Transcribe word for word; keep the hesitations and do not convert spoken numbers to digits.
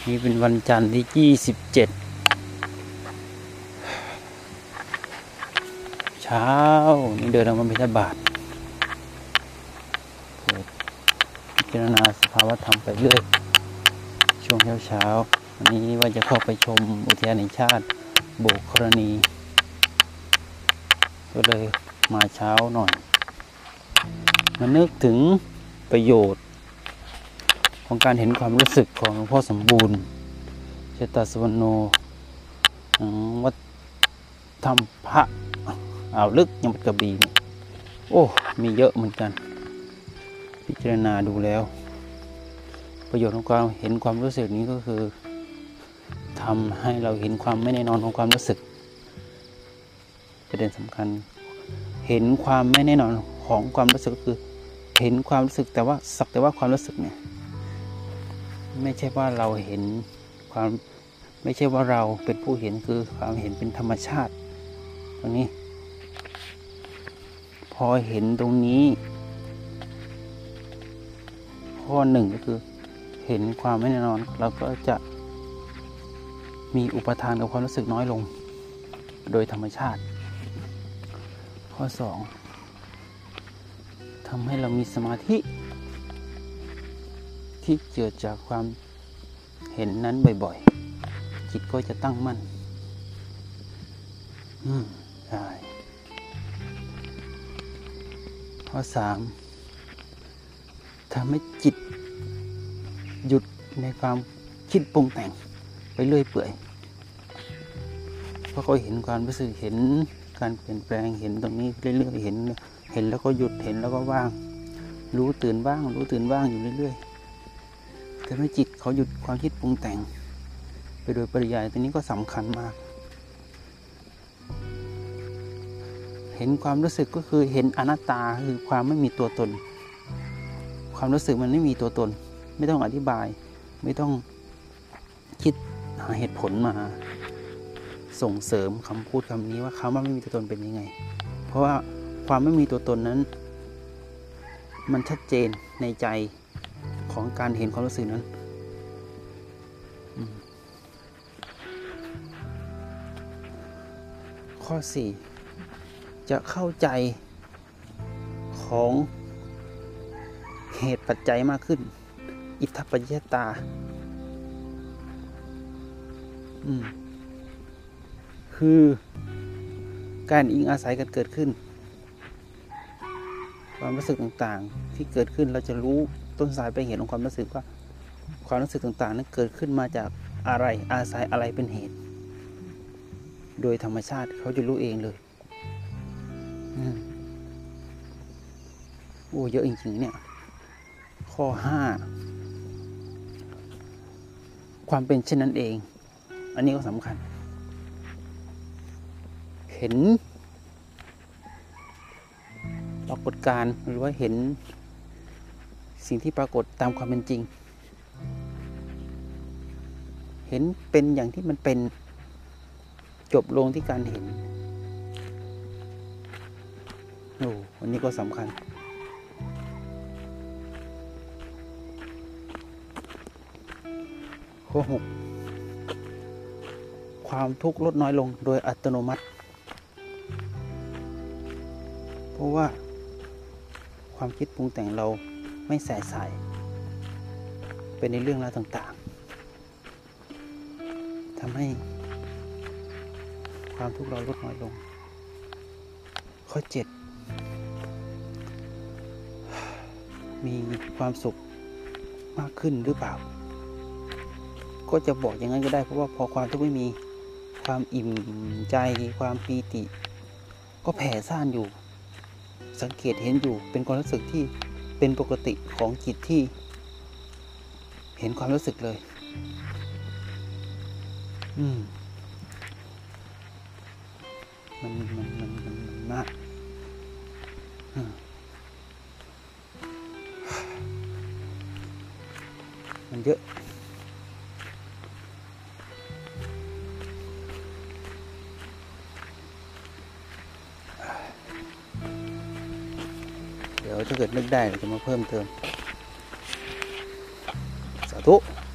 นี่เป็นวันจันทร์ที่ยี่สิบเจ็ดเช้านี่เดินออกมาบิณฑบาตพิจารณาสภาวะธรรมไปเรื่อยช่วงเช้าเช้าวันนี้ว่าจะเข้าไปชมอุทยานแห่งชาติโบกกรณีก็เลยมาเช้าหน่อยมานึกถึงประโยชน์ของการเห็นความรู้สึกของหลวงพ่อสมบูรณ์เชตสวรรณโนวัดธรรมพระอ่าวลึกยังกระบี่โอ้มีเยอะเหมือนกันพิจารณาดูแล้วประโยชน์ของการเห็นความรู้สึกนี้ก็คือทำให้เราเห็นความไม่แน่นอนของความรู้สึกประเด็นสำคัญเห็นความไม่แน่นอนของความรู้สึกก็คือเห็นความรู้สึกแต่ว่าสักแต่ว่าความรู้สึกเนี่ยไม่ใช่ว่าเราเห็นความไม่ใช่ว่าเราเป็นผู้เห็นคือความเห็นเป็นธรรมชาติตรงนี้พอเห็นตรงนี้ข้อหนึ่งก็คือเห็นความไม่แน่นอนเราก็จะมีอุปทานกับความรู้สึกน้อยลงโดยธรรมชาติข้อสองทำให้เรามีสมาธิที่เกิดจากความเห็นนั้นบ่อยๆจิตก็จะตั้งมั่นอืมใช่ข้อสามทำให้จิตหยุดในความคิดปรุงแต่งไปเรื่อยเปื่อยเพราะเขาเห็นความรู้สึกเห็นการเปลี่ยนแปลงเห็นตรงนี้เรื่อยๆเห็นเห็นแล้วก็หยุดเห็นแล้วก็ว่างรู้ตื่นบ้างรู้ตื่นบ้างอยู่เรื่อยๆทำให้จิตเขาหยุดความคิดปรุงแต่งไปโดยปริยายตัวนี้ก็สำคัญมากเห็นความรู้สึกก็คือเห็นอนัตตาคือความไม่มีตัวตนความรู้สึกมันไม่มีตัวตนไม่ต้องอธิบายไม่ต้องคิดหาเหตุผลมาส่งเสริมคำพูดคำนี้ว่าคำว่าไม่มีตัวตนเป็นยังไงเพราะว่าความไม่มีตัวตนนั้นมันชัดเจนในใจของการเห็นความรู้สึกนั้นข้อสี่จะเข้าใจของเหตุปัจจัยมากขึ้นอิทธปัจจยตาอืมคือการอิงอาศัยกันเกิดขึ้นความรู้สึกต่างๆที่เกิดขึ้นเราจะรู้ต้นสายไปเหตุของความรู้สึกว่าความรู้สึกต่างๆนั้นเกิดขึ้นมาจากอะไรอาศัยอะไรเป็นเหตุโดยธรรมชาติเขาจะรู้เองเลยอืมโอ้เยอะจริงๆเนี่ยข้อห้าความเป็นเช่นนั้นเองอันนี้ก็สำคัญเห็นปรากฏการณ์หรือว่าเห็นสิ่งที่ปรากฏตามความเป็นจริงเห็นเป็นอย่างที่มันเป็นจบลงที่การเห็นโอ้อันนี้ก็สำคัญข้อหกความทุกข์ลดน้อยลงโดยอัตโนมัติเพราะว่าความคิดปรุงแต่งเราไม่แส่ใส่เป็นในเรื่องราวต่างๆทำให้ความทุกข์เราลดน้อยลงข้อเจ็ดมีความสุขมากขึ้นหรือเปล่าก็จะบอกอย่างนั้นก็ได้เพราะว่าพอความทุกข์ไม่มีความอิ่มใจความปีติก็แผ่ซ่านอยู่สังเกตเห็นอยู่เป็นความรู้สึกที่เป็นปกติของจิตที่เห็นความรู้สึกเลยอืมมันมันมันมันมันมากมันเยอะเดี๋ยวถ้าเกิดนึกได้เราจะมาเพิ่มเติมสาธุ